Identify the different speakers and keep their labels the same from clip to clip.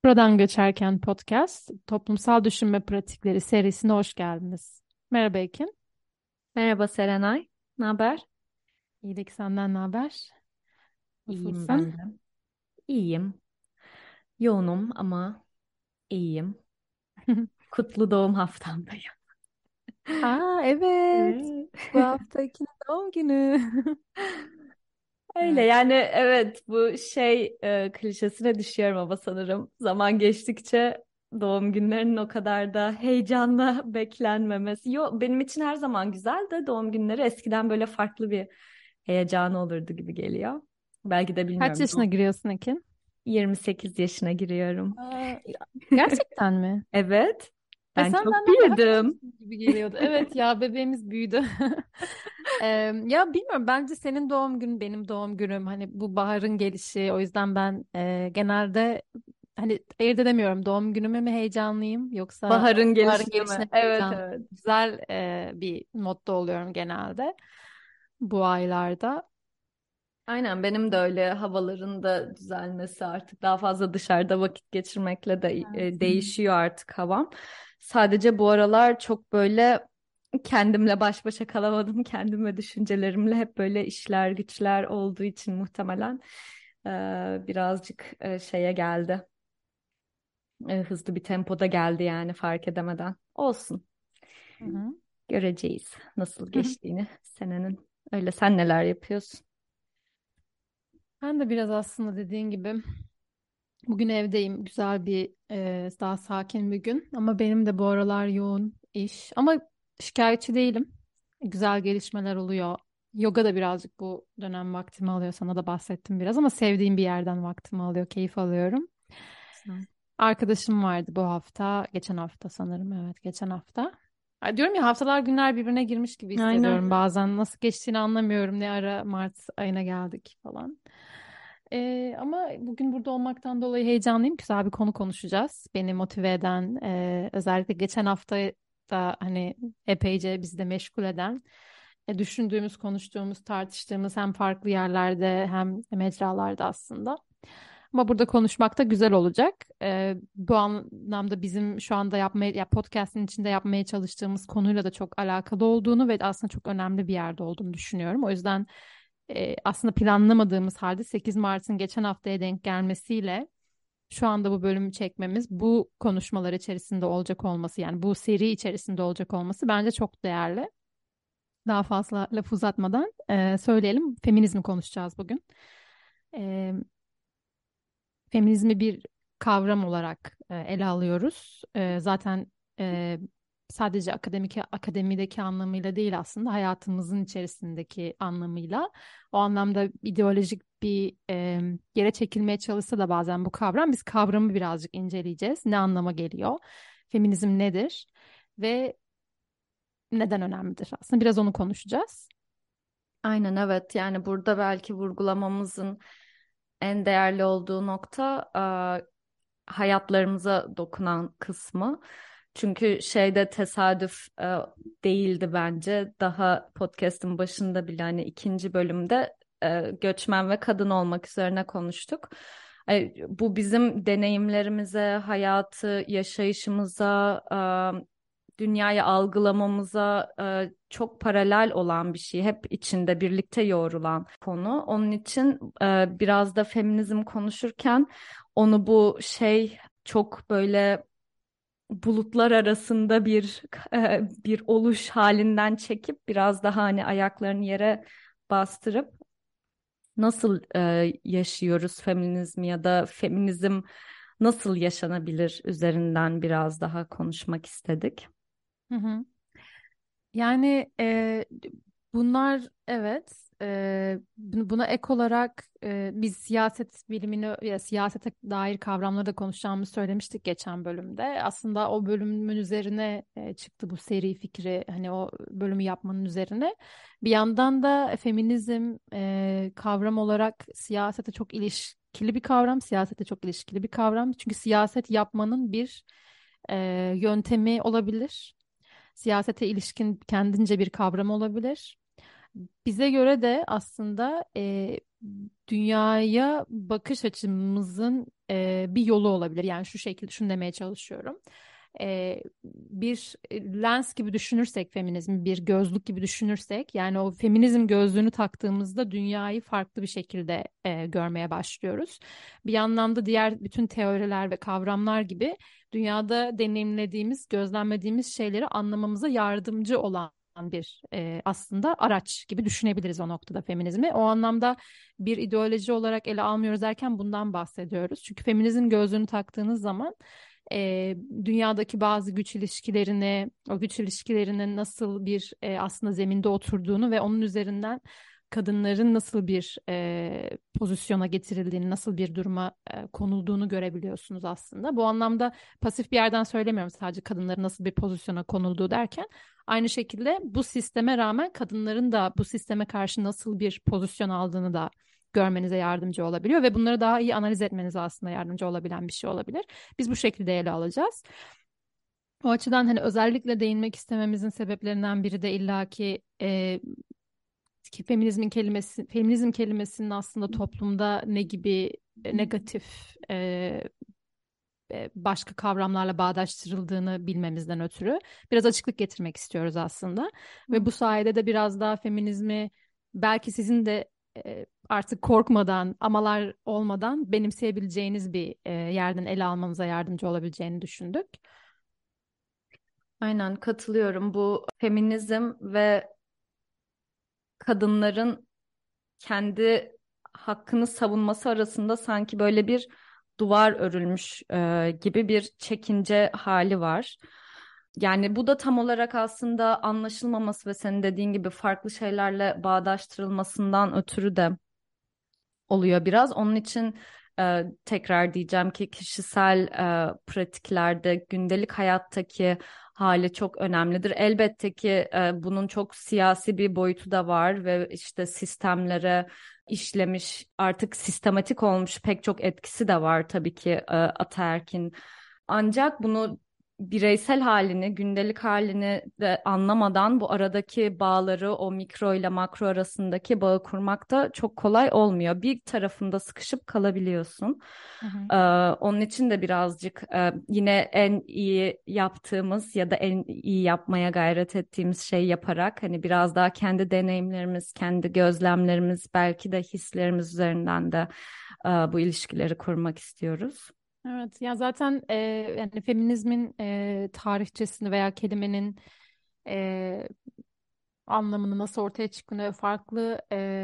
Speaker 1: Buradan Göçerken Podcast, Toplumsal Düşünme Pratikleri serisine hoş geldiniz. Merhaba Ekin.
Speaker 2: Merhaba Serenay. Ne haber?
Speaker 1: İyilik senden ne haber?
Speaker 2: İyiyim
Speaker 1: Nasılsın?
Speaker 2: ben de. İyiyim. Yoğunum ama iyiyim. Kutlu doğum haftamdayım.
Speaker 1: Aa evet.
Speaker 2: Evet.
Speaker 1: Bu hafta Ekin'in doğum günü.
Speaker 2: Öyle
Speaker 1: Evet.
Speaker 2: yani evet bu klişesine düşüyorum ama sanırım zaman geçtikçe doğum günlerinin o kadar da heyecanla beklenmemesi. Yo, benim için her zaman güzel de doğum günleri eskiden böyle farklı bir heyecanı olurdu gibi geliyor. Belki de
Speaker 1: Kaç
Speaker 2: bilmiyorum.
Speaker 1: yaşına giriyorsun Ekin?
Speaker 2: 28 yaşına giriyorum.
Speaker 1: Gerçekten mi?
Speaker 2: Evet.
Speaker 1: Ay
Speaker 2: Ben
Speaker 1: sen
Speaker 2: çok
Speaker 1: benden daha
Speaker 2: büyüdüm.
Speaker 1: küçüksün gibi geliyordu. Evet ya bebeğimiz büyüdü. Ya bilmiyorum bence senin doğum günün benim doğum günüm hani bu baharın gelişi o yüzden ben genelde hani ayırt edemiyorum doğum günüme mi heyecanlıyım yoksa
Speaker 2: Baharın
Speaker 1: baharın
Speaker 2: gelişine
Speaker 1: gelişine
Speaker 2: mi?
Speaker 1: mi
Speaker 2: Evet,
Speaker 1: heyecanlıyım.
Speaker 2: evet.
Speaker 1: Güzel bir modda oluyorum genelde bu aylarda.
Speaker 2: Aynen benim de öyle havaların da düzelmesi artık daha fazla dışarıda vakit geçirmekle de
Speaker 1: Evet.
Speaker 2: değişiyor artık havam. Sadece bu aralar çok böyle kendimle baş başa kalamadım. Kendim ve düşüncelerimle hep böyle işler güçler olduğu için muhtemelen birazcık şeye geldi. Hızlı bir tempoda geldi yani fark edemeden. Olsun.
Speaker 1: Hı hı.
Speaker 2: Göreceğiz nasıl geçtiğini senenin. Öyle sen neler yapıyorsun?
Speaker 1: Ben de biraz aslında dediğin gibi bugün evdeyim. Güzel bir daha sakin bir gün. Ama benim de bu aralar yoğun iş. Ama şikayetçi değilim. Güzel gelişmeler oluyor. Yoga da birazcık bu dönem vaktimi alıyor. Sana da bahsettim biraz ama sevdiğim bir yerden vaktimi alıyor. Keyif alıyorum.
Speaker 2: Güzel.
Speaker 1: Arkadaşım vardı bu hafta. Geçen hafta sanırım. Evet, geçen hafta. Ay, diyorum ya haftalar günler birbirine girmiş gibi hissediyorum
Speaker 2: Aynen.
Speaker 1: bazen. Nasıl geçtiğini anlamıyorum. Ne ara Mart ayına geldik falan. Ama bugün burada olmaktan dolayı heyecanlıyım. Güzel bir konu konuşacağız. Beni motive eden, özellikle geçen hafta da hani epeyce bizi de meşgul eden, düşündüğümüz, konuştuğumuz, tartıştığımız hem farklı yerlerde hem mecralarda aslında. Ama burada konuşmak da güzel olacak. Bu anlamda bizim şu anda ya podcast'in içinde yapmaya çalıştığımız konuyla da çok alakalı olduğunu ve aslında çok önemli bir yerde olduğunu düşünüyorum. O yüzden aslında planlamadığımız halde 8 Mart'ın geçen haftaya denk gelmesiyle şu anda bu bölümü çekmemiz, bu konuşmalar içerisinde olacak olması, yani bu seri içerisinde olacak olması bence çok değerli. Daha fazla laf uzatmadan söyleyelim. Feminizmi konuşacağız bugün. E, Feminizmi bir kavram olarak ele alıyoruz. Zaten e, sadece akademideki anlamıyla değil aslında hayatımızın içerisindeki anlamıyla. O anlamda ideolojik bir yere çekilmeye çalışsa da bazen bu kavram biz kavramı birazcık inceleyeceğiz. Ne anlama geliyor? Feminizm nedir? Ve neden önemlidir? Aslında biraz onu konuşacağız.
Speaker 2: Aynen evet yani burada belki vurgulamamızın en değerli olduğu nokta hayatlarımıza dokunan kısmı. Çünkü şeyde tesadüf değildi bence. Daha podcast'ın başında bile hani ikinci bölümde göçmen ve kadın olmak üzerine konuştuk. Bu bizim deneyimlerimize, hayatı, yaşayışımıza, dünyayı algılamamıza çok paralel olan bir şey. Hep içinde birlikte yoğrulan konu. Onun için biraz da feminizm konuşurken onu bu çok böyle bulutlar arasında bir oluş halinden çekip biraz daha hani ayaklarını yere bastırıp nasıl yaşıyoruz feminizmi ya da feminizm nasıl yaşanabilir üzerinden biraz daha konuşmak istedik.
Speaker 1: Hı hı. Yani bunlar evet buna ek olarak biz siyaset bilimini ya siyasete dair kavramları da konuşacağımızı söylemiştik geçen bölümde. Aslında o bölümün üzerine çıktı bu seri fikri hani o bölümü yapmanın üzerine. Bir yandan da feminizm kavram olarak siyasete çok ilişkili bir kavram, siyasete çok ilişkili bir kavram. Çünkü siyaset yapmanın bir yöntemi olabilir. Siyasete ilişkin kendince bir kavram olabilir. Bize göre de aslında dünyaya bakış açımızın bir yolu olabilir. Yani şu şekilde şunu demeye çalışıyorum. Bir lens gibi düşünürsek feminizmi, bir gözlük gibi düşünürsek, yani o feminizm gözlüğünü taktığımızda dünyayı farklı bir şekilde görmeye başlıyoruz. Bir anlamda diğer bütün teoriler ve kavramlar gibi dünyada deneyimlediğimiz, gözlemlediğimiz şeyleri anlamamıza yardımcı olan bir aslında araç gibi düşünebiliriz o noktada feminizmi. O anlamda bir ideoloji olarak ele almıyoruz derken bundan bahsediyoruz. Çünkü feminizm gözlüğünü taktığınız zaman dünyadaki bazı güç ilişkilerini, o güç ilişkilerinin nasıl bir aslında zeminde oturduğunu ve onun üzerinden kadınların nasıl bir pozisyona getirildiğini, nasıl bir duruma konulduğunu görebiliyorsunuz aslında. Bu anlamda pasif bir yerden söylemiyorum sadece kadınların nasıl bir pozisyona konulduğu derken. Aynı şekilde bu sisteme rağmen kadınların da bu sisteme karşı nasıl bir pozisyon aldığını da görmenize yardımcı olabiliyor ve bunları daha iyi analiz etmenize aslında yardımcı olabilen bir şey olabilir. Biz bu şekilde ele alacağız. O açıdan hani özellikle değinmek istememizin sebeplerinden biri de illaki ki feminizm kelimesinin aslında toplumda ne gibi negatif başka kavramlarla bağdaştırıldığını bilmemizden ötürü biraz açıklık getirmek istiyoruz aslında. Ve bu sayede de biraz daha feminizmi belki sizin de artık korkmadan, amalar olmadan benimseyebileceğiniz bir yerden ele almanıza yardımcı olabileceğini düşündük.
Speaker 2: Aynen katılıyorum. Bu feminizm ve kadınların kendi hakkını savunması arasında sanki böyle bir duvar örülmüş gibi bir çekince hali var. Yani bu da tam olarak aslında anlaşılmaması ve senin dediğin gibi farklı şeylerle bağdaştırılmasından ötürü de oluyor biraz. Onun için tekrar diyeceğim ki kişisel pratiklerde gündelik hayattaki hali çok önemlidir. Elbette ki bunun çok siyasi bir boyutu da var ve işte sistemlere işlemiş artık sistematik olmuş pek çok etkisi de var tabii ki ataerkin. Ancak bunu bireysel halini, gündelik halini de anlamadan bu aradaki bağları, o mikro ile makro arasındaki bağı kurmak da çok kolay olmuyor. Bir tarafında sıkışıp kalabiliyorsun.
Speaker 1: Hı hı.
Speaker 2: Onun için de birazcık yine en iyi yaptığımız ya da en iyi yapmaya gayret ettiğimiz şey yaparak hani biraz daha kendi deneyimlerimiz, kendi gözlemlerimiz, belki de hislerimiz üzerinden de bu ilişkileri kurmak istiyoruz.
Speaker 1: Evet, ya zaten yani feminizmin tarihçesini veya kelimenin e, anlamını nasıl ortaya çıktığını ve farklı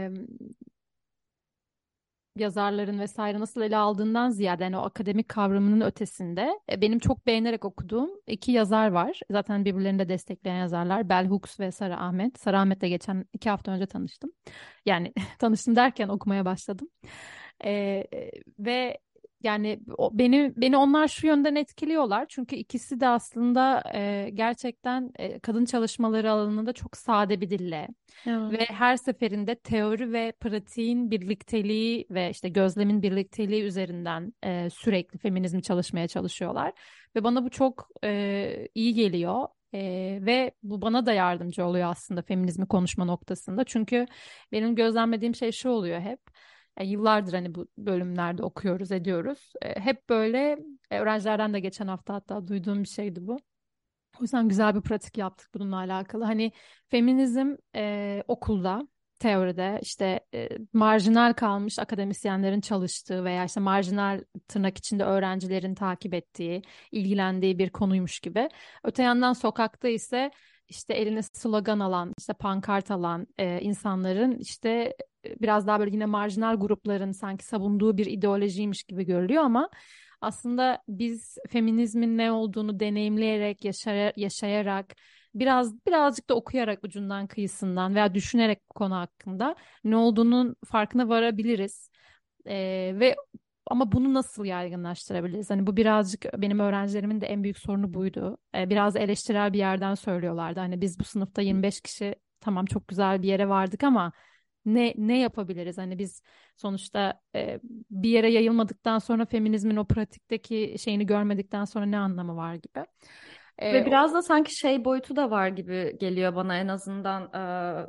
Speaker 1: yazarların vesaire nasıl ele aldığından ziyade yani o akademik kavramının ötesinde benim çok beğenerek okuduğum iki yazar var. Zaten birbirlerini de destekleyen yazarlar. Bell Hooks ve Sara Ahmet. Sara Ahmet'le geçen 2 hafta önce tanıştım. Yani tanıştım derken okumaya başladım. E, ve yani beni onlar şu yönden etkiliyorlar. Çünkü ikisi de aslında gerçekten kadın çalışmaları alanında çok sade bir dille ve
Speaker 2: Evet.
Speaker 1: her seferinde teori ve pratiğin birlikteliği ve işte gözlemin birlikteliği üzerinden sürekli feminizmi çalışmaya çalışıyorlar. Ve bana bu çok iyi geliyor. Ve bu bana da yardımcı oluyor aslında feminizmi konuşma noktasında. Çünkü benim gözlemlediğim şey şu oluyor hep. Yıllardır hani bu bölümlerde okuyoruz, ediyoruz. Hep böyle öğrencilerden de geçen hafta hatta duyduğum bir şeydi bu. O yüzden güzel bir pratik yaptık bununla alakalı. Hani feminizm okulda, teoride işte marjinal kalmış akademisyenlerin çalıştığı veya işte marjinal tırnak içinde öğrencilerin takip ettiği, ilgilendiği bir konuymuş gibi. Öte yandan sokakta ise işte eline slogan alan, işte pankart alan insanların işte biraz daha böyle yine marjinal grupların sanki savunduğu bir ideolojiymiş gibi görülüyor ama aslında biz feminizmin ne olduğunu deneyimleyerek, yaşayarak, birazcık da okuyarak ucundan kıyısından veya düşünerek bu konu hakkında ne olduğunun farkına varabiliriz. Ve ama bunu nasıl yaygınlaştırabiliriz? Hani bu birazcık benim öğrencilerimin de en büyük sorunu buydu. Biraz eleştirel bir yerden söylüyorlardı. Hani biz bu sınıfta 25 kişi tamam çok güzel bir yere vardık ama ne yapabiliriz? Hani biz sonuçta bir yere yayılmadıktan sonra feminizmin o pratikteki şeyini görmedikten sonra ne anlamı var gibi.
Speaker 2: Ve
Speaker 1: O,
Speaker 2: biraz da sanki şey boyutu da var gibi geliyor bana en azından.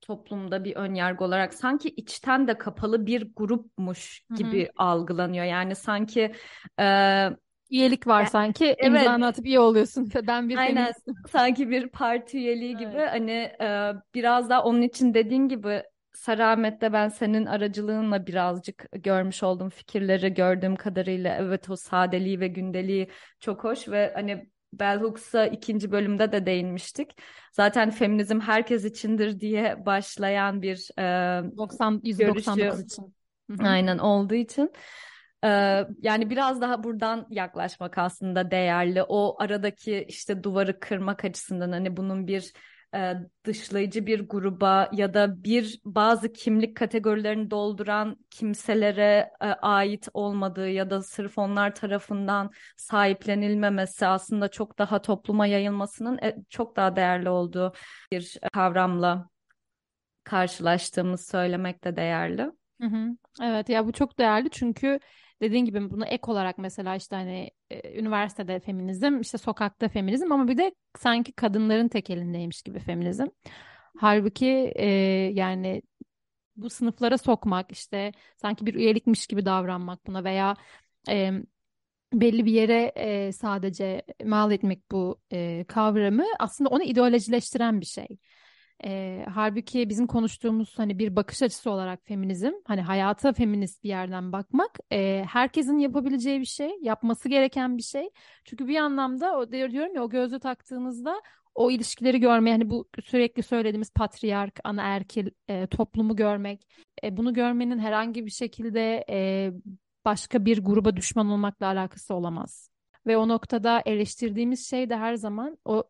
Speaker 2: toplumda bir ön yargı olarak sanki içten de kapalı bir grupmuş
Speaker 1: Hı hı.
Speaker 2: gibi algılanıyor. Yani sanki e,
Speaker 1: Üyelik var sanki,
Speaker 2: evet,
Speaker 1: imzanı atıp iyi oluyorsun. Ben bir
Speaker 2: aynen,
Speaker 1: feministim.
Speaker 2: sanki bir parti üyeliği gibi,
Speaker 1: Evet.
Speaker 2: hani biraz daha onun için dediğin gibi Saramet'te ben senin aracılığınla birazcık görmüş olduğum fikirleri gördüğüm kadarıyla, evet, o sadeliği ve gündeliği çok hoş ve hani Bell Hooks'a ikinci bölümde de değinmiştik. Zaten feminizm herkes içindir diye başlayan bir
Speaker 1: 90
Speaker 2: görüşü
Speaker 1: %99 için. Hı hı.
Speaker 2: aynen olduğu için e, yani biraz daha buradan yaklaşmak aslında değerli. O aradaki işte duvarı kırmak açısından, hani bunun bir dışlayıcı bir gruba ya da bazı kimlik kategorilerini dolduran kimselere ait olmadığı ya da sırf onlar tarafından sahiplenilmemesi, aslında çok daha topluma yayılmasının çok daha değerli olduğu bir kavramla karşılaştığımız söylemek de değerli.
Speaker 1: Hı hı. Evet ya, bu çok değerli çünkü dediğin gibi bunu ek olarak mesela işte hani üniversitede feminizm, işte sokakta feminizm, ama bir de sanki kadınların tek elindeymiş gibi feminizm. Halbuki yani bu sınıflara sokmak, işte sanki bir üyelikmiş gibi davranmak buna veya e, belli bir yere sadece mal etmek bu kavramı aslında onu ideolojileştiren bir şey. Halbuki bizim konuştuğumuz hani bir bakış açısı olarak feminizm, hani hayata feminist bir yerden bakmak, herkesin yapabileceği bir şey, yapması gereken bir şey. Çünkü bir anlamda o diyorum ya, o gözlüğü taktığınızda o ilişkileri görmeye, hani bu sürekli söylediğimiz patriark, anaerkil toplumu görmek, bunu görmenin herhangi bir şekilde başka bir gruba düşman olmakla alakası olamaz. Ve o noktada eleştirdiğimiz şey de her zaman o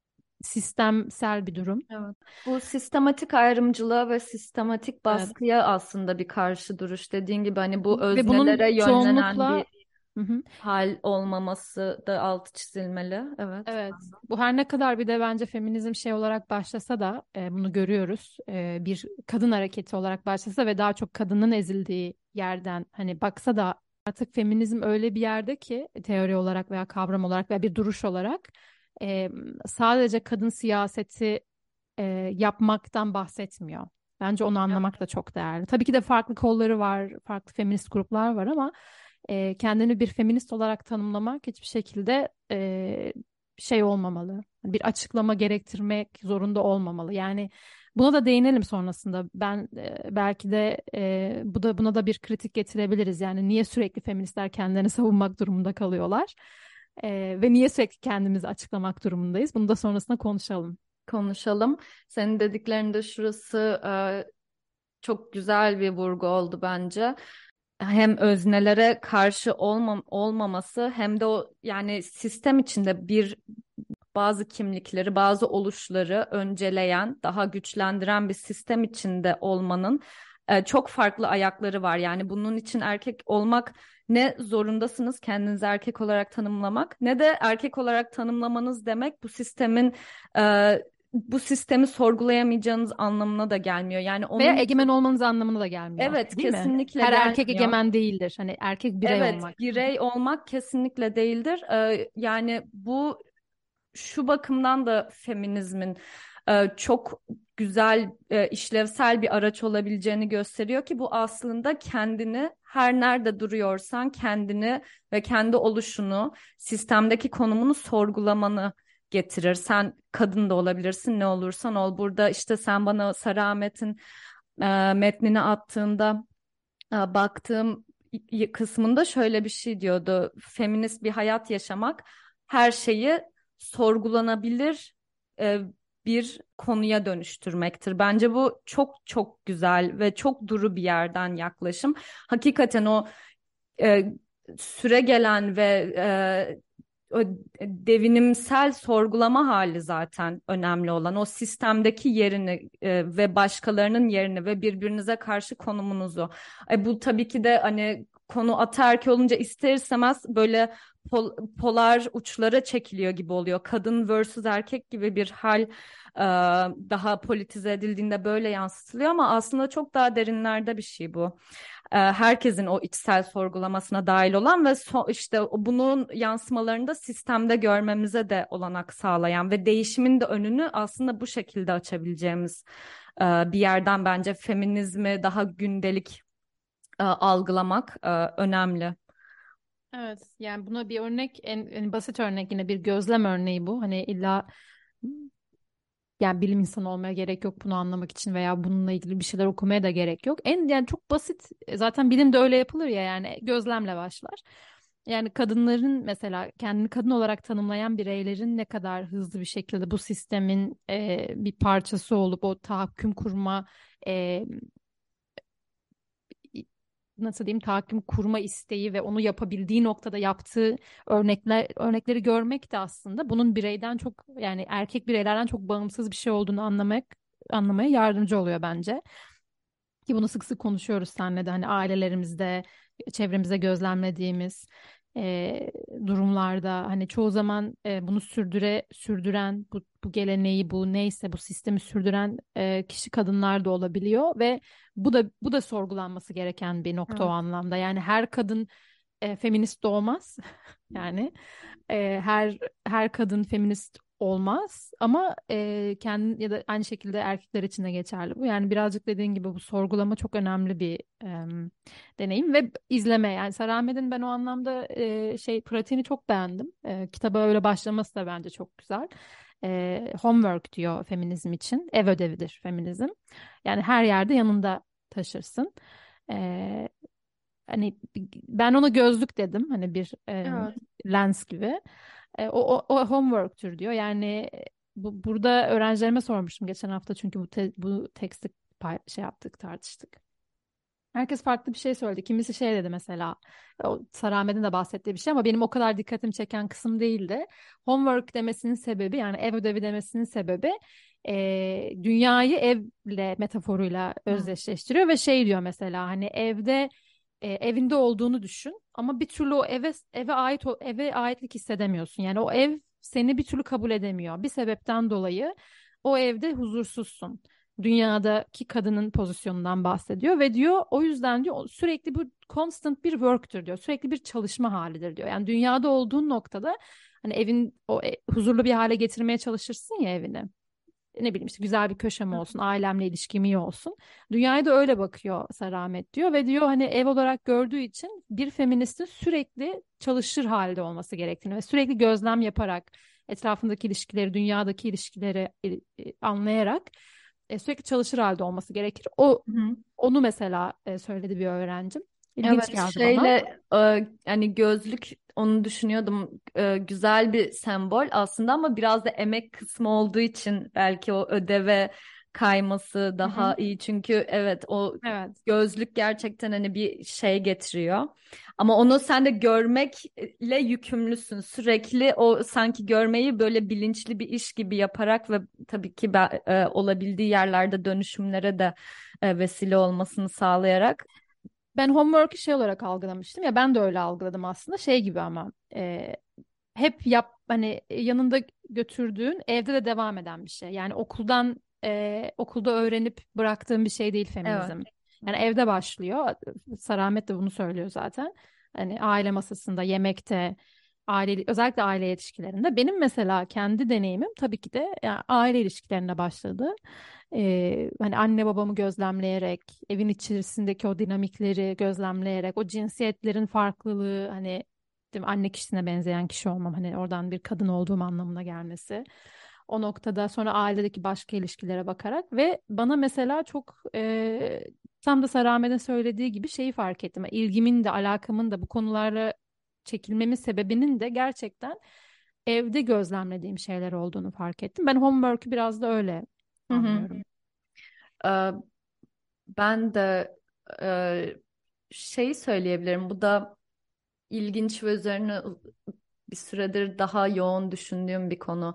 Speaker 1: sistemsel bir durum.
Speaker 2: Evet. Bu sistematik ayrımcılığa ve sistematik
Speaker 1: Evet.
Speaker 2: baskıya aslında bir karşı duruş. Dediğin gibi hani bu
Speaker 1: Ve bunun
Speaker 2: öznelere yönlenen
Speaker 1: çoğunlukla
Speaker 2: bir
Speaker 1: Hı hı.
Speaker 2: hal olmaması da altı çizilmeli. Evet.
Speaker 1: Evet. Bu her ne kadar bir de bence feminizm şey olarak başlasa da bunu görüyoruz. Bir kadın hareketi olarak başlasa ve daha çok kadının ezildiği yerden hani baksa da, artık feminizm öyle bir yerde ki teori olarak veya kavram olarak veya bir duruş olarak e, sadece kadın siyaseti e, yapmaktan bahsetmiyor. Bence onu anlamak da çok değerli. Tabii ki de farklı kolları var, farklı feminist gruplar var ama kendini bir feminist olarak tanımlamak hiçbir şekilde şey olmamalı. Bir açıklama gerektirmek zorunda olmamalı. Yani buna da değinelim sonrasında. Ben belki de buna da bir kritik getirebiliriz. Yani niye sürekli feministler kendilerini savunmak durumunda kalıyorlar? Ve niye sürekli kendimizi açıklamak durumundayız? Bunu da sonrasında konuşalım.
Speaker 2: Konuşalım. Senin dediklerinde şurası çok güzel bir vurgu oldu bence. Hem öznelere karşı olmaması hem de o yani sistem içinde bazı kimlikleri, bazı oluşları önceleyen, daha güçlendiren bir sistem içinde olmanın çok farklı ayakları var. Yani bunun için erkek olmak ne zorundasınız kendinizi erkek olarak tanımlamak, ne de erkek olarak tanımlamanız demek bu sistemi sorgulayamayacağınız anlamına da gelmiyor. Yani
Speaker 1: Veya
Speaker 2: onun
Speaker 1: egemen olmanız anlamına da gelmiyor,
Speaker 2: evet,
Speaker 1: değil mi?
Speaker 2: kesinlikle
Speaker 1: Her erkek
Speaker 2: gelmiyor.
Speaker 1: egemen değildir. Hani erkek birey
Speaker 2: Evet,
Speaker 1: olmak. Hı hı.
Speaker 2: birey olmak kesinlikle değildir. Yani bu şu bakımdan da feminizmin çok güzel, işlevsel bir araç olabileceğini gösteriyor ki bu aslında kendini her nerede duruyorsan kendini ve kendi oluşunu, sistemdeki konumunu sorgulamanı getirir. Sen kadın da olabilirsin, ne olursan ol. Burada işte sen bana Sara Ahmet'in metnini attığında baktığım kısmında şöyle bir şey diyordu. Feminist bir hayat yaşamak her şeyi sorgulanabilir e, bir konuya dönüştürmektir. Bence bu çok çok güzel ve çok duru bir yerden yaklaşım. Hakikaten o e, süre gelen ve o devinimsel sorgulama hali zaten önemli olan. O sistemdeki yerini ve başkalarının yerini ve birbirinize karşı konumunuzu. Bu tabii ki de hani konu ataerkil olunca ister istemez böyle polar uçlara çekiliyor gibi oluyor. Kadın versus erkek gibi bir hal daha politize edildiğinde böyle yansıtılıyor ama aslında çok daha derinlerde bir şey bu. Herkesin o içsel sorgulamasına dahil olan ve işte bunun yansımalarını da sistemde görmemize de olanak sağlayan ve değişimin de önünü aslında bu şekilde açabileceğimiz bir yerden bence feminizmi daha gündelik algılamak önemli.
Speaker 1: Evet, yani buna bir örnek, en basit örnek yine bir gözlem örneği bu. Hani illa yani bilim insanı olmaya gerek yok bunu anlamak için veya bununla ilgili bir şeyler okumaya da gerek yok. Yani çok basit, zaten bilim de öyle yapılır ya, yani gözlemle başlar. Yani kadınların mesela kendini kadın olarak tanımlayan bireylerin ne kadar hızlı bir şekilde bu sistemin bir parçası olup o tahakküm kurma, e, nasıl diyeyim, tahakküm kurma isteği ve onu yapabildiği noktada yaptığı örnekleri görmek de aslında bunun bireyden çok, yani erkek bireylerden çok bağımsız bir şey olduğunu anlamaya yardımcı oluyor bence. Ki bunu sık sık konuşuyoruz seninle de, hani ailelerimizde, çevremizde gözlemlediğimiz durumlarda hani çoğu zaman bunu sürdüren, bu geleneği, bu neyse bu sistemi sürdüren kişi kadınlar da olabiliyor ve bu da sorgulanması gereken bir nokta o
Speaker 2: Evet.
Speaker 1: anlamda. Yani her kadın feminist doğmaz. Yani her kadın feminist olmaz ama kendi ya da aynı şekilde erkekler için de geçerli bu. Yani birazcık dediğin gibi bu sorgulama çok önemli bir deneyim ve izleme. Yani Saramet'in ben o anlamda pratiğini çok beğendim. Kitaba öyle başlaması da bence çok güzel. Homework diyor feminizm için. Ev ödevidir feminizm. Yani her yerde yanında taşırsın. E, Hani ben ona gözlük dedim, hani bir
Speaker 2: Evet.
Speaker 1: lens gibi. O homework'tür diyor. Yani burada öğrencilerime sormuştum geçen hafta, çünkü bu teksti şey yaptık, tartıştık. Herkes farklı bir şey söyledi. Kimisi şey dedi mesela, o Sara Ahmet'in de bahsettiği bir şey ama benim o kadar dikkatimi çeken kısım değildi. Homework demesinin sebebi, yani ev ödevi demesinin sebebi dünyayı evle metaforuyla
Speaker 2: Hı.
Speaker 1: özdeşleştiriyor ve şey diyor mesela, hani evinde olduğunu düşün ama bir türlü o eve aitlik hissedemiyorsun. Yani o ev seni bir türlü kabul edemiyor. Bir sebepten dolayı o evde huzursuzsun. Dünyadaki kadının pozisyonundan bahsediyor ve diyor o yüzden diyor sürekli bu constant bir work'tür diyor. Sürekli bir çalışma halidir diyor. Yani dünyada olduğun noktada hani huzurlu bir hale getirmeye çalışırsın ya evini, ne bileyim işte güzel bir köşem olsun, ailemle ilişkim iyi olsun. Dünyaya da öyle bakıyor Saramet diyor ve diyor hani ev olarak gördüğü için bir feministin sürekli çalışır halde olması gerektiğini ve sürekli gözlem yaparak etrafındaki ilişkileri, dünyadaki ilişkileri anlayarak sürekli çalışır halde olması gerekir.
Speaker 2: Hı.
Speaker 1: Onu mesela söyledi bir öğrencim. İlginç
Speaker 2: Evet,
Speaker 1: geldi bana.
Speaker 2: yani gözlük, onu düşünüyordum. Güzel bir sembol aslında ama biraz da emek kısmı olduğu için belki o ödeve kayması
Speaker 1: Hı hı.
Speaker 2: daha iyi. Çünkü evet, o
Speaker 1: Evet.
Speaker 2: gözlük gerçekten hani bir şey getiriyor. Ama onu sen de görmekle yükümlüsün. Sürekli o sanki görmeyi böyle bilinçli bir iş gibi yaparak ve tabii ki olabildiği yerlerde dönüşümlere de vesile olmasını sağlayarak.
Speaker 1: Ben homework'ü şey olarak algılamıştım ya, ben de öyle algıladım aslında, şey gibi ama hep hani yanında götürdüğün, evde de devam eden bir şey. Yani okulda öğrenip bıraktığın bir şey değil
Speaker 2: Evet.
Speaker 1: feminizm. Yani evde başlıyor. Saramet de bunu söylüyor zaten. Hani aile masasında, yemekte, özellikle aile ilişkilerinde. Benim mesela kendi deneyimim tabii ki de yani aile ilişkilerinde başladı. Hani anne babamı gözlemleyerek, evin içerisindeki o dinamikleri gözlemleyerek, o cinsiyetlerin farklılığı, hani değil mi, anne kişisine benzeyen kişi olmam, hani oradan bir kadın olduğum anlamına gelmesi. O noktada sonra ailedeki başka ilişkilere bakarak ve bana mesela çok tam da Sarame'nin söylediği gibi şeyi fark ettim. İlgimin de alakamın da bu konularla çekilmemin sebebinin de gerçekten evde gözlemlediğim şeyler olduğunu fark ettim. Ben homework'ü biraz da öyle
Speaker 2: Hı hı.
Speaker 1: anlıyorum.
Speaker 2: Ee, Ben de e, şeyi söyleyebilirim. Bu da ilginç ve üzerine bir süredir daha yoğun düşündüğüm bir konu.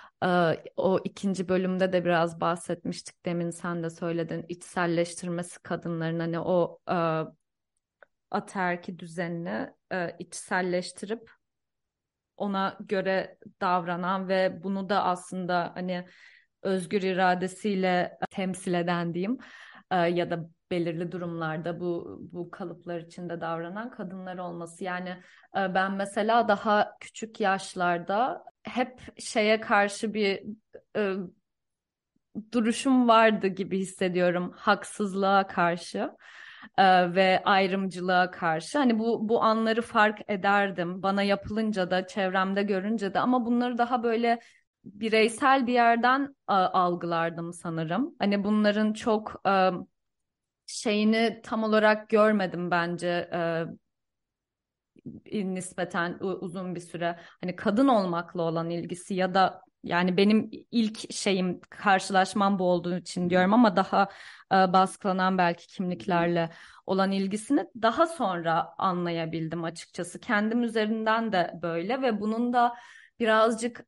Speaker 2: O ikinci bölümde de biraz bahsetmiştik. Demin sen de söyledin. İçselleştirmesi kadınların, hani o ataerki düzenini içselleştirip ona göre davranan ve bunu da aslında hani özgür iradesiyle temsil eden diyeyim, ya da belirli durumlarda bu kalıplar içinde davranan kadınlar olması. Yani ben mesela daha küçük yaşlarda hep şeye karşı bir e, duruşum vardı gibi hissediyorum, haksızlığa karşı ve ayrımcılığa karşı. Hani bu anları fark ederdim. Bana yapılınca da, çevremde görünce de, ama bunları daha böyle bireysel bir yerden algılardım sanırım. Hani bunların çok şeyini tam olarak görmedim bence, nispeten uzun bir süre. Hani kadın olmakla olan ilgisi ya da, yani benim ilk şeyim, karşılaşmam bu olduğu için diyorum, ama daha baskılanan belki kimliklerle olan ilgisini daha sonra anlayabildim açıkçası. Kendim üzerinden de böyle ve bunun da birazcık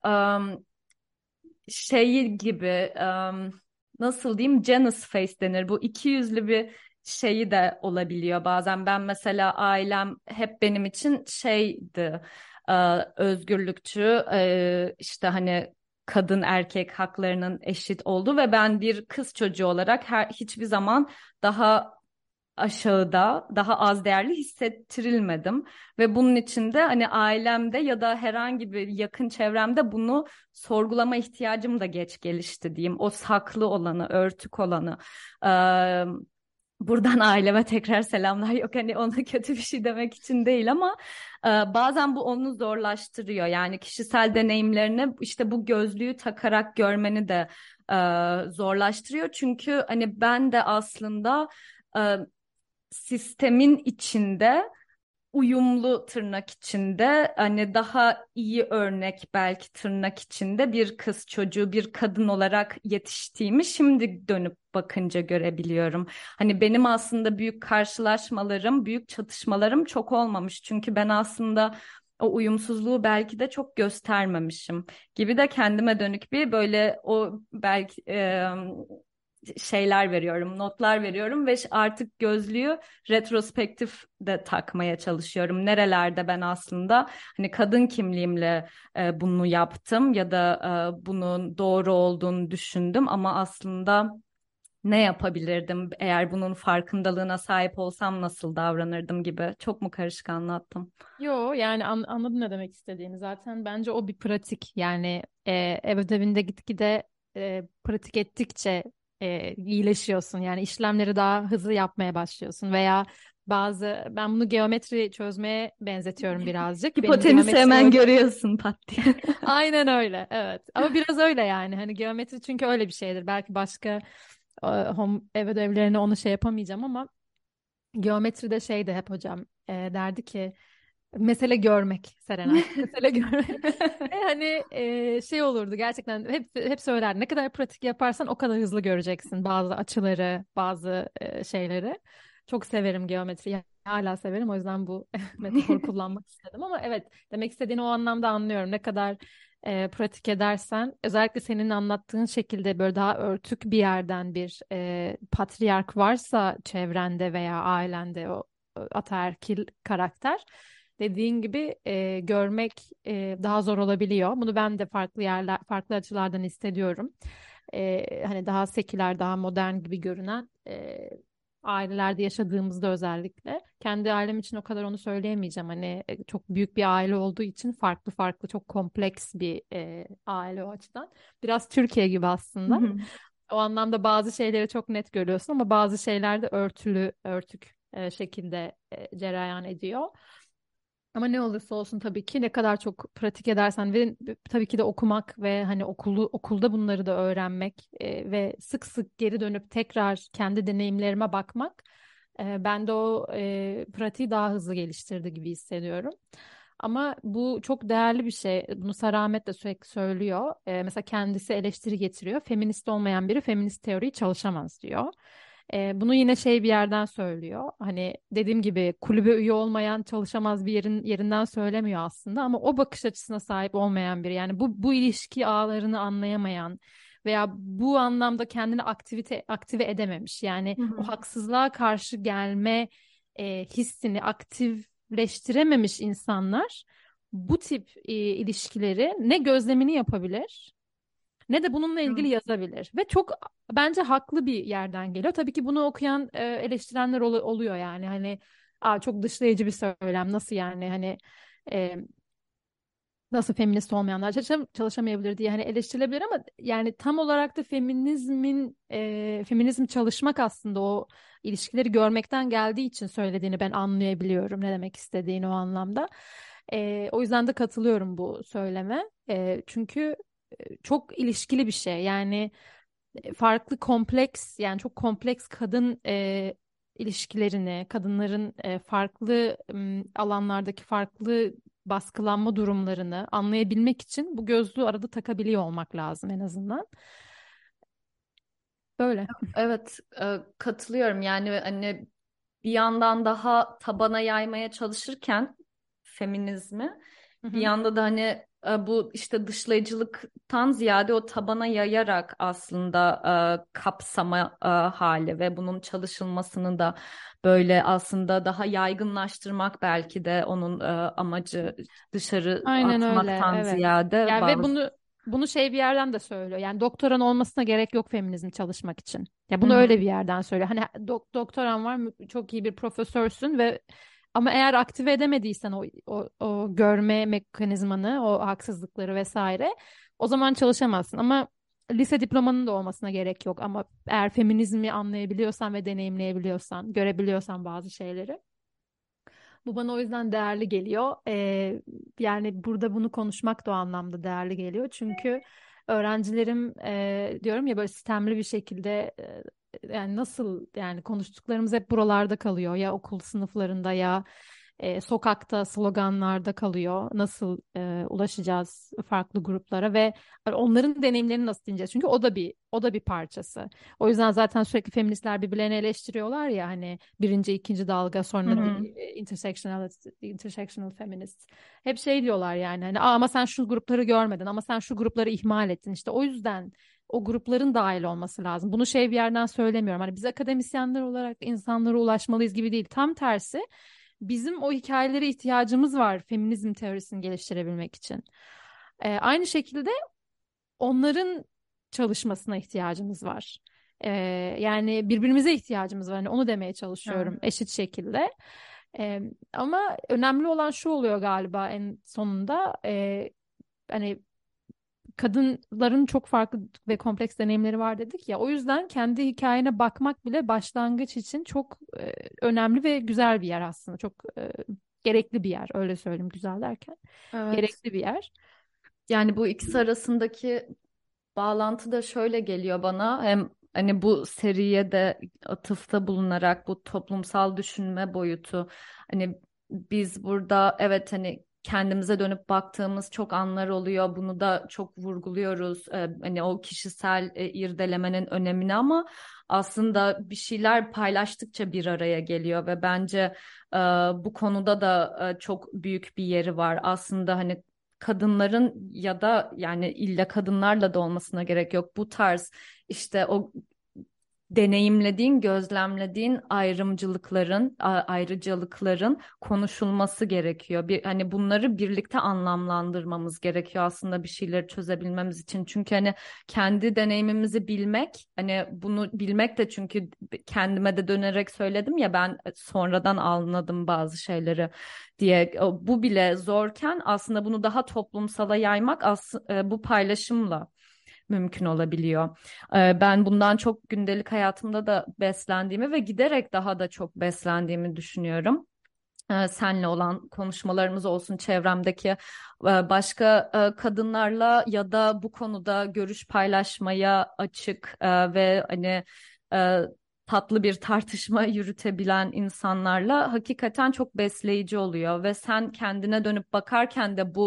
Speaker 2: şeyi gibi, nasıl diyeyim, Janus face denir. Bu iki yüzlü bir şeyi de olabiliyor bazen. Ben mesela ailem hep benim için şeydi, özgürlükçü, işte hani kadın erkek haklarının eşit olduğu ve ben bir kız çocuğu olarak hiçbir zaman daha aşağıda, daha az değerli hissettirilmedim ve bunun için de hani ailemde ya da herhangi bir yakın çevremde bunu sorgulama ihtiyacım da geç gelişti diyeyim. O saklı olanı, örtük olanı. Ee, Buradan aileme tekrar selamlar. Yok, hani ona kötü bir şey demek için değil, ama bazen bu onu zorlaştırıyor. Yani kişisel deneyimlerini işte bu gözlüğü takarak görmeni de zorlaştırıyor. Çünkü hani ben de aslında e, sistemin içinde, uyumlu tırnak içinde, hani daha iyi örnek belki tırnak içinde bir kız çocuğu, bir kadın olarak yetiştiğimi şimdi dönüp bakınca görebiliyorum. Hani benim aslında büyük karşılaşmalarım, büyük çatışmalarım çok olmamış. Çünkü ben aslında o uyumsuzluğu belki de çok göstermemişim gibi de kendime dönük bir böyle o belki şeyler veriyorum, notlar veriyorum ve artık gözlüğü retrospektif de takmaya çalışıyorum. Nerelerde ben aslında hani kadın kimliğimle bunu yaptım ya da bunun doğru olduğunu düşündüm, ama aslında ne yapabilirdim, eğer bunun farkındalığına sahip olsam nasıl davranırdım gibi. Çok mu karışık anlattım?
Speaker 1: Yo, yani anladım ne demek istediğini. Zaten bence o bir pratik. Yani ev ödevinde gitgide pratik ettikçe iyileşiyorsun. Yani işlemleri daha hızlı yapmaya başlıyorsun. Veya ben bunu geometri çözmeye benzetiyorum birazcık. Benim
Speaker 2: Hipotenüsü
Speaker 1: geometri
Speaker 2: hemen
Speaker 1: öyle.
Speaker 2: görüyorsun pat diye.
Speaker 1: Aynen öyle, evet. Ama biraz öyle yani. Hani geometri çünkü öyle bir şeydir. Belki başka ev ödevlerine onu şey yapamayacağım ama geometride şeydi hep hocam, derdi ki mesele görmek Serenay. Mesele görmek. Ve hani şey olurdu gerçekten, hep söyler, ne kadar pratik yaparsan o kadar hızlı göreceksin bazı açıları, bazı şeyleri. Çok severim geometriyi. Hala severim. O yüzden bu metaforu kullanmak istedim. Ama evet, demek istediğini o anlamda anlıyorum. Ne kadar pratik edersen, özellikle senin anlattığın şekilde böyle daha örtük bir yerden bir patriark varsa çevrende veya ailende, o ataerkil karakter, dediğin gibi görmek daha zor olabiliyor. Bunu ben de farklı yerler, farklı açılardan hissediyorum. Hani daha seküler, daha modern gibi görünen ailelerde yaşadığımızda özellikle. Kendi ailem için o kadar onu söyleyemeyeceğim. Hani çok büyük bir aile olduğu için farklı farklı, çok kompleks bir aile o açıdan. Biraz Türkiye gibi aslında. O anlamda bazı şeyleri çok net görüyorsun ama bazı şeyler de örtülü, örtük şekilde cereyan ediyor. Ama ne olursa olsun, tabii ki ne kadar çok pratik edersen ve tabii ki de okumak ve hani okulda bunları da öğrenmek ve sık sık geri dönüp tekrar kendi deneyimlerime bakmak bende o pratiği daha hızlı geliştirdi gibi hissediyorum. Ama bu çok değerli bir şey. Bunu Sara Ahmet de sürekli söylüyor. Mesela kendisi eleştiri getiriyor. Feminist olmayan biri feminist teoriyi çalışamaz diyor. Bunu yine şey bir yerden söylüyor. Hani dediğim gibi kulübe üye olmayan çalışamaz bir yerinden söylemiyor aslında, ama o bakış açısına sahip olmayan biri, yani bu ilişki ağlarını anlayamayan veya bu anlamda kendini aktive edememiş. Yani
Speaker 2: Hı
Speaker 1: o
Speaker 2: hı.
Speaker 1: haksızlığa karşı gelme hissini aktifleştirememiş insanlar bu tip ilişkileri ne gözlemini yapabilir ne de bununla ilgili yazabilir. Ve çok bence haklı bir yerden geliyor. Tabii ki bunu okuyan eleştirenler oluyor yani. Hani çok dışlayıcı bir söylem. Nasıl yani hani e, nasıl feminist olmayanlar çalışamayabilir diye hani eleştirilebilir ama yani tam olarak da feminizm çalışmak aslında o ilişkileri görmekten geldiği için söylediğini ben anlayabiliyorum ne demek istediğini o anlamda. O yüzden de katılıyorum bu söyleme. Çünkü çok ilişkili bir şey. Yani farklı kompleks yani çok kompleks kadın ilişkilerini, kadınların farklı alanlardaki farklı baskılanma durumlarını anlayabilmek için bu gözlüğü arada takabiliyor olmak lazım en azından. Böyle.
Speaker 2: Evet, katılıyorum. Yani hani bir yandan daha tabana yaymaya çalışırken feminizmi,
Speaker 1: Hı
Speaker 2: bir
Speaker 1: hı.
Speaker 2: yanda da hani bu işte dışlayıcılıktan ziyade o tabana yayarak aslında kapsama hali ve bunun çalışılmasını da böyle aslında daha yaygınlaştırmak belki de onun amacı, dışarı
Speaker 1: Aynen öyle,
Speaker 2: atmaktan
Speaker 1: evet.
Speaker 2: ziyade
Speaker 1: Ya ve
Speaker 2: bazı.
Speaker 1: bunu şey bir yerden de söylüyor. Yani doktoran olmasına gerek yok feminizm çalışmak için. Ya
Speaker 2: Hı
Speaker 1: bunu
Speaker 2: hı,
Speaker 1: öyle bir yerden söylüyor. Hani doktoran var, çok iyi bir profesörsün ve ama eğer aktive edemediysen o görme mekanizmanı, o haksızlıkları vesaire, o zaman çalışamazsın. Ama lise diplomanın da olmasına gerek yok. Ama eğer feminizmi anlayabiliyorsan ve deneyimleyebiliyorsan, görebiliyorsan bazı şeyleri. Bu bana o yüzden değerli geliyor. Yani burada bunu konuşmak da o anlamda değerli geliyor. Çünkü öğrencilerim diyorum ya böyle sistemli bir şekilde yani nasıl yani konuştuklarımız hep buralarda kalıyor. Ya okul sınıflarında ya sokakta sloganlarda kalıyor. Nasıl ulaşacağız farklı gruplara ve onların deneyimlerini nasıl dinleyeceğiz? Çünkü o da bir parçası. O yüzden zaten sürekli feministler birbirlerini eleştiriyorlar ya hani birinci, ikinci dalga
Speaker 2: hı
Speaker 1: sonra
Speaker 2: hı.
Speaker 1: intersectional feminist. Hep şey diyorlar yani hani ama sen şu grupları görmedin ama sen şu grupları ihmal ettin. İşte o yüzden o grupların dahil olması lazım. Bunu şey bir yerden söylemiyorum. Hani biz akademisyenler olarak insanlara ulaşmalıyız gibi değil. Tam tersi bizim o hikayelere ihtiyacımız var feminizm teorisini geliştirebilmek için. Aynı şekilde onların çalışmasına ihtiyacımız var. Ee, Yani birbirimize ihtiyacımız var. Hani onu demeye
Speaker 2: Evet.
Speaker 1: çalışıyorum eşit şekilde. Ee, Ama önemli olan şu oluyor galiba en sonunda. Hani kadınların çok farklı ve kompleks deneyimleri var dedik ya. O yüzden kendi hikayene bakmak bile başlangıç için çok önemli ve güzel bir yer aslında. Çok gerekli bir yer. Öyle söyleyeyim güzel derken.
Speaker 2: Evet.
Speaker 1: Gerekli bir yer.
Speaker 2: Yani bu ikisi arasındaki bağlantı da şöyle geliyor bana. Hem hani bu seriye de atıfta bulunarak bu toplumsal düşünme boyutu. Hani biz burada evet hani kendimize dönüp baktığımız çok anlar oluyor. Bunu da çok vurguluyoruz. Hani o kişisel irdelemenin önemini ama aslında bir şeyler paylaştıkça bir araya geliyor ve bence bu konuda da çok büyük bir yeri var. Aslında hani kadınların ya da yani illa kadınlarla da olmasına gerek yok. Bu tarz işte o deneyimlediğin, gözlemlediğin ayrımcılıkların, ayrıcalıkların konuşulması gerekiyor. Hani bunları birlikte anlamlandırmamız gerekiyor aslında bir şeyleri çözebilmemiz için. Çünkü hani kendi deneyimimizi bilmek, hani bunu bilmek de çünkü kendime de dönerek söyledim ya ben sonradan anladım bazı şeyleri diye. Bu bile zorken aslında bunu daha toplumsala yaymak bu paylaşımla mümkün olabiliyor. Ben bundan çok gündelik hayatımda da beslendiğimi ve giderek daha da çok beslendiğimi düşünüyorum. Senle olan konuşmalarımız olsun, çevremdeki başka kadınlarla ya da bu konuda görüş paylaşmaya açık ve hani e, tatlı bir tartışma yürütebilen insanlarla hakikaten çok besleyici oluyor ve sen kendine dönüp bakarken de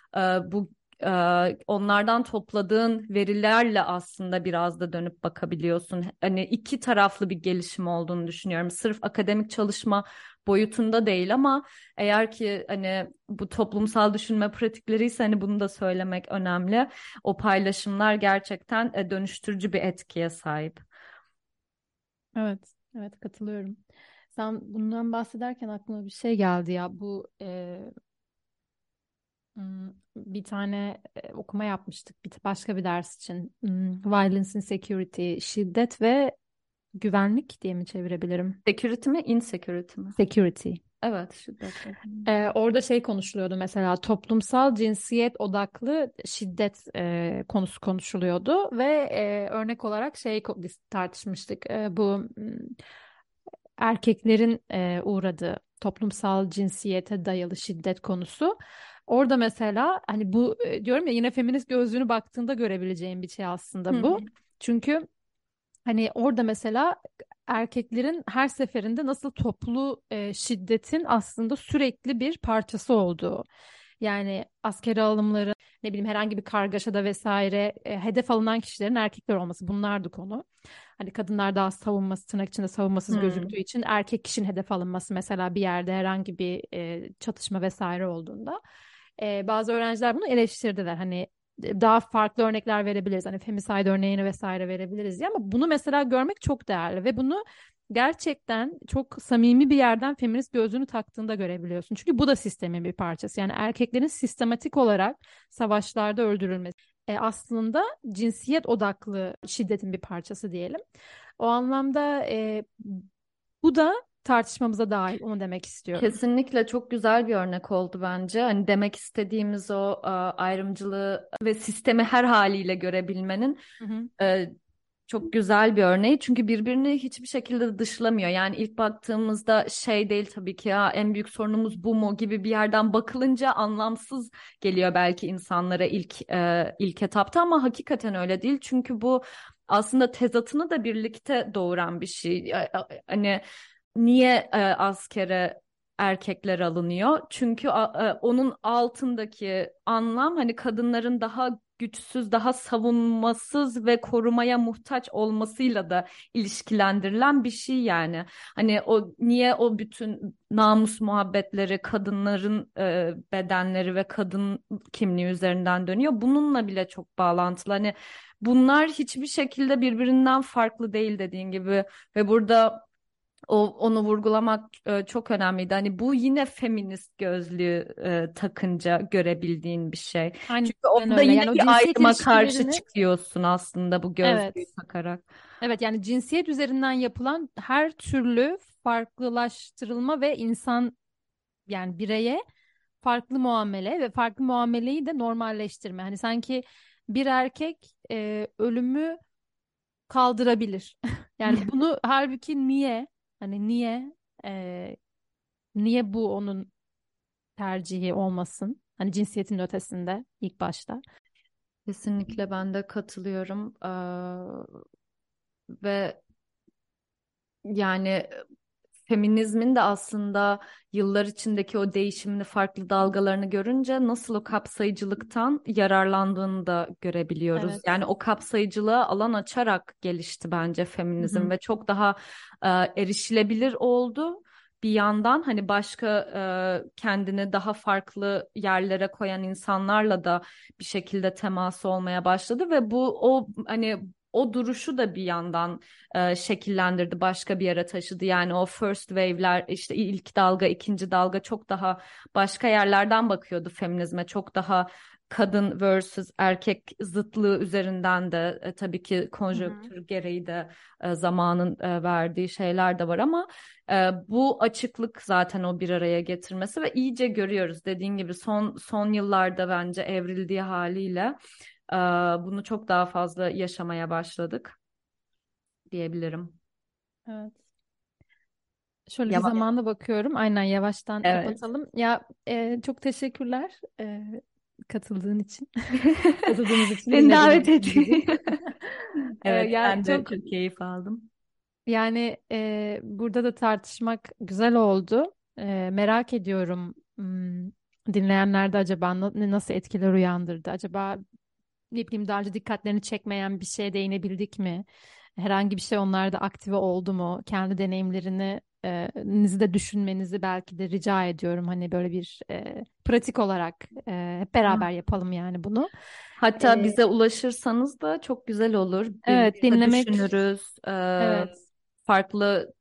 Speaker 2: bu onlardan topladığın verilerle aslında biraz da dönüp bakabiliyorsun. Hani iki taraflı bir gelişim olduğunu düşünüyorum. Sırf akademik çalışma boyutunda değil ama eğer ki hani bu toplumsal düşünme pratikleri ise hani bunu da söylemek önemli. O paylaşımlar gerçekten dönüştürücü bir etkiye sahip.
Speaker 1: Evet, evet katılıyorum. Sen bundan bahsederken aklıma bir şey geldi ya. Bir tane okuma yapmıştık başka bir ders için. Violence and Security, şiddet ve güvenlik diye mi çevirebilirim?
Speaker 2: Security mi, insecurity mi?
Speaker 1: Security.
Speaker 2: Evet, şiddetle.
Speaker 1: Orada şey konuşuluyordu, mesela toplumsal cinsiyet odaklı şiddet konusu konuşuluyordu ve örnek olarak biz tartışmıştık. Erkeklerin uğradığı toplumsal cinsiyete dayalı şiddet konusu. Orada mesela hani bu diyorum ya, yine feminist gözlüğünü baktığında görebileceğin bir şey
Speaker 2: Hı
Speaker 1: aslında bu.
Speaker 2: hı.
Speaker 1: Çünkü hani orada mesela erkeklerin her seferinde nasıl toplu şiddetin aslında sürekli bir parçası olduğu. Yani askeri alımları, ne bileyim herhangi bir kargaşada vesaire hedef alınan kişilerin erkekler olması, bunlardı konu. Hani kadınlar daha savunması, tırnak içinde savunmasız
Speaker 2: Hı.
Speaker 1: gözüktüğü için erkek kişinin hedef alınması, mesela bir yerde herhangi bir çatışma vesaire olduğunda. Bazı öğrenciler bunu eleştirdiler. Hani daha farklı örnekler verebiliriz. Hani femicide örneğini vesaire verebiliriz diye, ama bunu mesela görmek çok değerli ve bunu gerçekten çok samimi bir yerden feminist gözlüğünü taktığında görebiliyorsun. Çünkü bu da sistemin bir parçası. Yani erkeklerin sistematik olarak savaşlarda öldürülmesi aslında cinsiyet odaklı şiddetin bir parçası diyelim. O anlamda bu da tartışmamıza dahil. Onu demek istiyorum.
Speaker 2: Kesinlikle çok güzel bir örnek oldu bence. Hani demek istediğimiz o ayrımcılığı ve sistemi her haliyle görebilmenin
Speaker 1: Hı hı.
Speaker 2: e, çok güzel bir örneği. Çünkü birbirini hiçbir şekilde dışlamıyor. Yani ilk baktığımızda şey değil tabii ki, ya en büyük sorunumuz bu mu gibi bir yerden bakılınca anlamsız geliyor belki insanlara ilk etapta, ama hakikaten öyle değil. Çünkü bu aslında tezatını da birlikte doğuran bir şey. Hani niye askere erkekler alınıyor? Çünkü onun altındaki anlam hani kadınların daha güçsüz, daha savunmasız ve korumaya muhtaç olmasıyla da ilişkilendirilen bir şey yani. Hani o niye o bütün namus muhabbetleri, kadınların bedenleri ve kadın kimliği üzerinden dönüyor? Bununla bile çok bağlantılı. Hani bunlar hiçbir şekilde birbirinden farklı değil, dediğin gibi, ve burada onu vurgulamak çok önemliydi. Hani bu yine feminist gözlüğü takınca görebildiğin bir şey.
Speaker 1: Aynen
Speaker 2: Çünkü orada
Speaker 1: öyle.
Speaker 2: yine
Speaker 1: Yani o
Speaker 2: bir
Speaker 1: cinsiyet
Speaker 2: ayrıma karşı
Speaker 1: ilişkilerini,
Speaker 2: çıkıyorsun aslında bu gözlüğü
Speaker 1: evet.
Speaker 2: takarak.
Speaker 1: Evet, yani cinsiyet üzerinden yapılan her türlü farklılaştırılma ve insan, yani bireye farklı muamele ve farklı muameleyi de normalleştirme. Hani sanki bir erkek ölümü kaldırabilir. Yani bunu halbuki niye? Hani e, niye bu onun tercihi olmasın? Hani cinsiyetin ötesinde ilk başta.
Speaker 2: Kesinlikle ben de katılıyorum. Ve yani feminizmin de aslında yıllar içindeki o değişimini, farklı dalgalarını görünce nasıl o kapsayıcılıktan yararlandığını da görebiliyoruz.
Speaker 1: Evet.
Speaker 2: Yani o kapsayıcılığa alan açarak gelişti bence
Speaker 1: Hı
Speaker 2: feminizm
Speaker 1: hı.
Speaker 2: ve çok daha erişilebilir oldu. Bir yandan hani başka kendini daha farklı yerlere koyan insanlarla da bir şekilde teması olmaya başladı ve o hani o duruşu da bir yandan şekillendirdi, başka bir yere taşıdı. Yani o first wave'ler, işte ilk dalga, ikinci dalga çok daha başka yerlerden bakıyordu feminizme. Çok daha kadın versus erkek zıtlığı üzerinden de tabii ki
Speaker 1: Hı hı.
Speaker 2: konjonktür gereği de zamanın verdiği şeyler de var, ama bu açıklık zaten o bir araya getirmesi ve iyice görüyoruz, dediğin gibi son yıllarda bence evrildiği haliyle e, bunu çok daha fazla yaşamaya başladık diyebilirim.
Speaker 1: Evet. Şöyle bir
Speaker 2: Yavaş.
Speaker 1: zamana bakıyorum. Aynen, yavaştan
Speaker 2: Evet.
Speaker 1: kapatalım. Ya çok teşekkürler katıldığın için. Katıldığımız için değil,
Speaker 2: Beni
Speaker 1: ne
Speaker 2: davet
Speaker 1: dediğin gibi.
Speaker 2: ettiğin. Evet,
Speaker 1: Ya
Speaker 2: ben de
Speaker 1: çok,
Speaker 2: çok keyif aldım.
Speaker 1: yani burada da tartışmak güzel oldu. Merak ediyorum, dinleyenlerde acaba nasıl etkiler uyandırdı? Acaba ne bileyim, daha önce dikkatlerini çekmeyen bir şeye değinebildik mi? Herhangi bir şey onlarda aktive oldu mu? Kendi deneyimlerini nizi de düşünmenizi belki de rica ediyorum. Hani böyle bir pratik olarak hep
Speaker 2: Hı.
Speaker 1: beraber yapalım yani bunu.
Speaker 2: Hatta
Speaker 1: E,
Speaker 2: bize ulaşırsanız da çok güzel olur.
Speaker 1: evet,
Speaker 2: Birlikte
Speaker 1: dinlemek,
Speaker 2: düşünürüz.
Speaker 1: evet.
Speaker 2: Farklı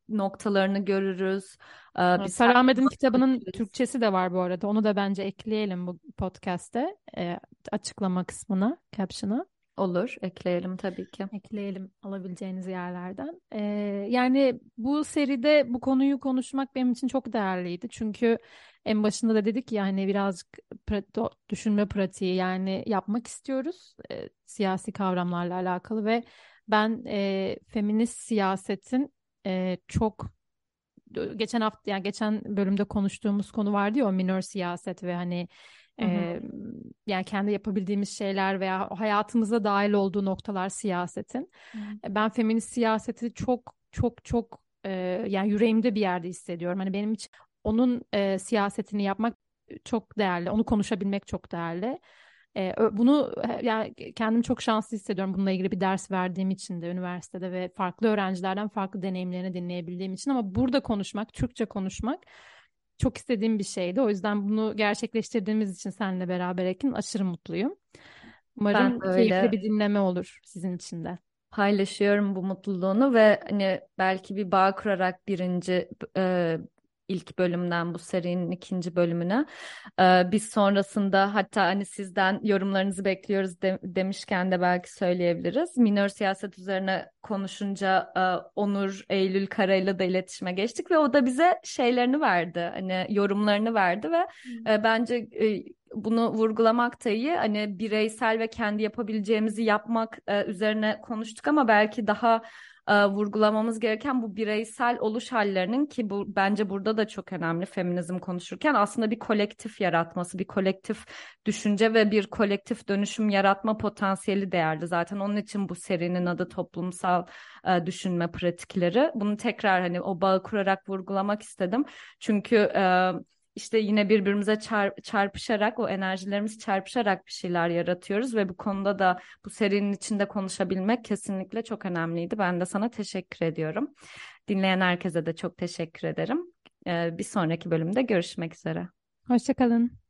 Speaker 2: noktalarını görürüz. Bir
Speaker 1: Sara Ahmet'in
Speaker 2: saygı
Speaker 1: kitabının
Speaker 2: görürüz.
Speaker 1: Türkçesi de var bu arada. Onu da bence ekleyelim bu podcast'te. Açıklama kısmına, caption'a.
Speaker 2: Olur, ekleyelim tabii ki.
Speaker 1: Ekleyelim alabileceğiniz yerlerden. Yani bu seride bu konuyu konuşmak benim için çok değerliydi. Çünkü en başında da dedik ya hani birazcık düşünme pratiği yani yapmak istiyoruz siyasi kavramlarla alakalı ve ben feminist siyasetin çok geçen hafta yani geçen bölümde konuştuğumuz konu vardı ya o minör siyaset ve hani
Speaker 2: Hı hı.
Speaker 1: e, yani kendi yapabildiğimiz şeyler veya hayatımıza dahil olduğu noktalar siyasetin. Ben feminist siyaseti çok çok çok yani yüreğimde bir yerde hissediyorum. Hani benim için onun siyasetini yapmak çok değerli. Onu konuşabilmek çok değerli. Bunu yani kendimi çok şanslı hissediyorum bununla ilgili bir ders verdiğim için de üniversitede ve farklı öğrencilerden farklı deneyimlerini dinleyebildiğim için ama burada konuşmak, Türkçe konuşmak çok istediğim bir şeydi. O yüzden bunu gerçekleştirdiğimiz için seninle beraber Ekin aşırı mutluyum.
Speaker 2: Ben
Speaker 1: Umarım
Speaker 2: de
Speaker 1: keyifli
Speaker 2: öyle
Speaker 1: bir dinleme olur sizin için de.
Speaker 2: paylaşıyorum bu mutluluğunu ve hani belki bir bağ kurarak ilk bölümden bu serinin ikinci bölümüne biz sonrasında hatta hani sizden yorumlarınızı bekliyoruz demişken de belki söyleyebiliriz. Minör siyaset üzerine konuşunca Onur Eylül Kara'yla da iletişime geçtik ve o da bize şeylerini verdi, hani yorumlarını verdi ve bence bunu vurgulamak da iyi. Hani bireysel ve kendi yapabileceğimizi yapmak üzerine konuştuk ama belki daha vurgulamamız gereken bu bireysel oluş hallerinin ki bu bence burada da çok önemli feminizm konuşurken aslında bir kolektif yaratması, bir kolektif düşünce ve bir kolektif dönüşüm yaratma potansiyeli değerli. Zaten onun için bu serinin adı toplumsal düşünme pratikleri. Bunu tekrar hani o bağı kurarak vurgulamak istedim. Çünkü işte yine birbirimize çarpışarak o enerjilerimiz çarpışarak bir şeyler yaratıyoruz ve bu konuda da bu serinin içinde konuşabilmek kesinlikle çok önemliydi. Ben de sana teşekkür ediyorum. Dinleyen herkese de çok teşekkür ederim. Bir sonraki bölümde görüşmek üzere.
Speaker 1: Hoşça kalın.